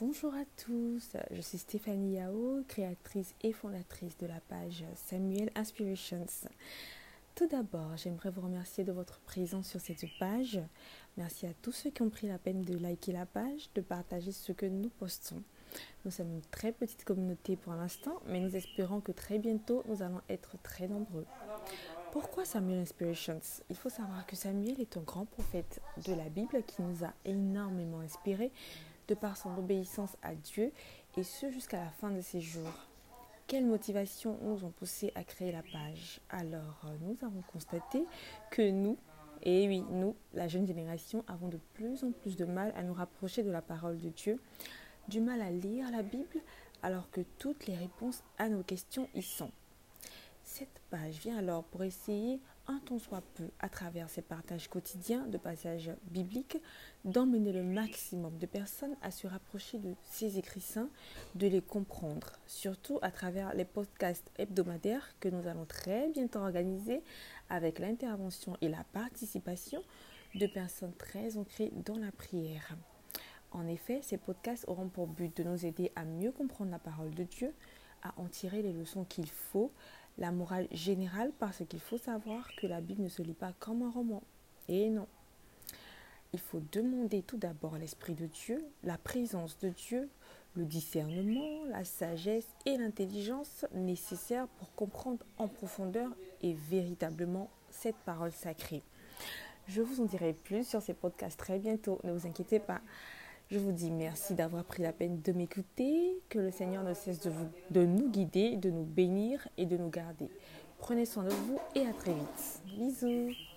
Bonjour à tous, je suis Stéphanie Yao, créatrice et fondatrice de la page Samuel Inspirations. Tout d'abord, j'aimerais vous remercier de votre présence sur cette page. Merci à tous ceux qui ont pris la peine de liker la page, de partager ce que nous postons. Nous sommes une très petite communauté pour l'instant, mais nous espérons que très bientôt, nous allons être très nombreux. Pourquoi Samuel Inspirations? Il faut savoir que Samuel est un grand prophète de la Bible qui nous a énormément inspirés de par son obéissance à Dieu et ce jusqu'à la fin de ses jours. Quelles motivations nous ont poussé à créer la page? Alors, nous avons constaté que nous, la jeune génération, avons de plus en plus de mal à nous rapprocher de la parole de Dieu, du mal à lire la Bible, alors que toutes les réponses à nos questions y sont. Cette page vient alors pour essayer, un tant soit peu, à travers ces partages quotidiens de passages bibliques, d'emmener le maximum de personnes à se rapprocher de ces écrits saints, de les comprendre, surtout à travers les podcasts hebdomadaires que nous allons très bientôt organiser avec l'intervention et la participation de personnes très ancrées dans la prière. En effet, ces podcasts auront pour but de nous aider à mieux comprendre la parole de Dieu, à en tirer les leçons qu'il faut, la morale générale, parce qu'il faut savoir que la Bible ne se lit pas comme un roman. Et non. Il faut demander tout d'abord l'Esprit de Dieu, la présence de Dieu, le discernement, la sagesse et l'intelligence nécessaires pour comprendre en profondeur et véritablement cette parole sacrée. Je vous en dirai plus sur ces podcasts très bientôt, ne vous inquiétez pas. Je vous dis merci d'avoir pris la peine de m'écouter, que le Seigneur ne cesse de nous guider, de nous bénir et de nous garder. Prenez soin de vous et à très vite. Bisous.